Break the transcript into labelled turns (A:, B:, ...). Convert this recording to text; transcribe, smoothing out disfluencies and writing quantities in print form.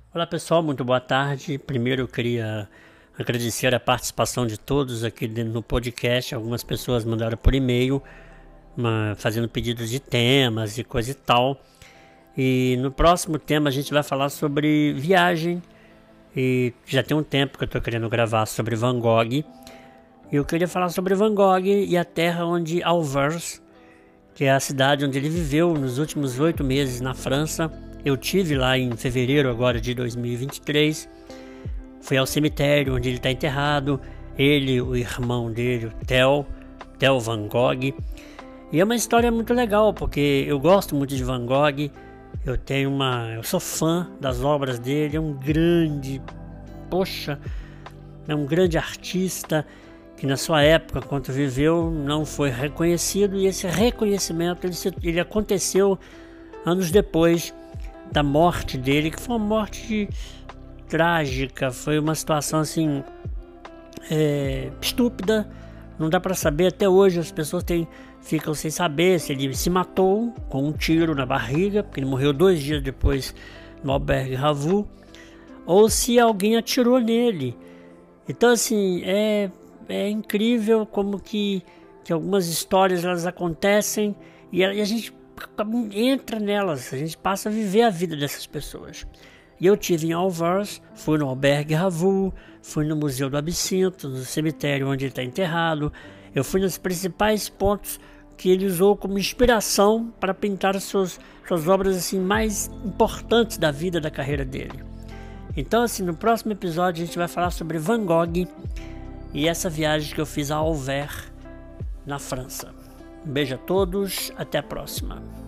A: Olá pessoal, muito boa tarde. Primeiro eu queria agradecer a participação de todos aqui no podcast. Algumas pessoas mandaram por e-mail, fazendo pedidos de temas e coisa e tal. E no próximo tema a gente vai falar sobre viagem. E já tem um tempo que eu estou querendo gravar sobre Van Gogh. E eu queria falar sobre Van Gogh e a terra onde Anvers, que é a cidade onde ele viveu nos últimos 8 meses na França. Eu tive lá em fevereiro agora de 2023, fui ao cemitério onde ele está enterrado, ele, o irmão dele, o Theo Van Gogh. E é uma história muito legal, porque eu gosto muito de Van Gogh, eu sou fã das obras dele, é um grande artista que na sua época, quando viveu, não foi reconhecido, e esse reconhecimento ele aconteceu anos depois da morte dele, que foi uma morte trágica, foi uma situação assim estúpida, não dá para saber até hoje, as pessoas ficam sem saber se ele se matou com um tiro na barriga, porque ele morreu 2 dias depois no Albergue Ravoux, ou se alguém atirou nele. Então assim, é incrível como que algumas histórias elas acontecem e a gente entra nelas, a gente passa a viver a vida dessas pessoas. E eu tive em Anvers, fui no Albergue Ravoux, fui no Museu do Absinto, no cemitério onde ele está enterrado. Eu fui nos principais pontos que ele usou como inspiração para pintar as suas obras assim, mais importantes da vida, da carreira dele. Então assim, no próximo episódio a gente vai falar sobre Van Gogh e essa viagem que eu fiz a Anvers, na França. Um beijo a todos, até a próxima.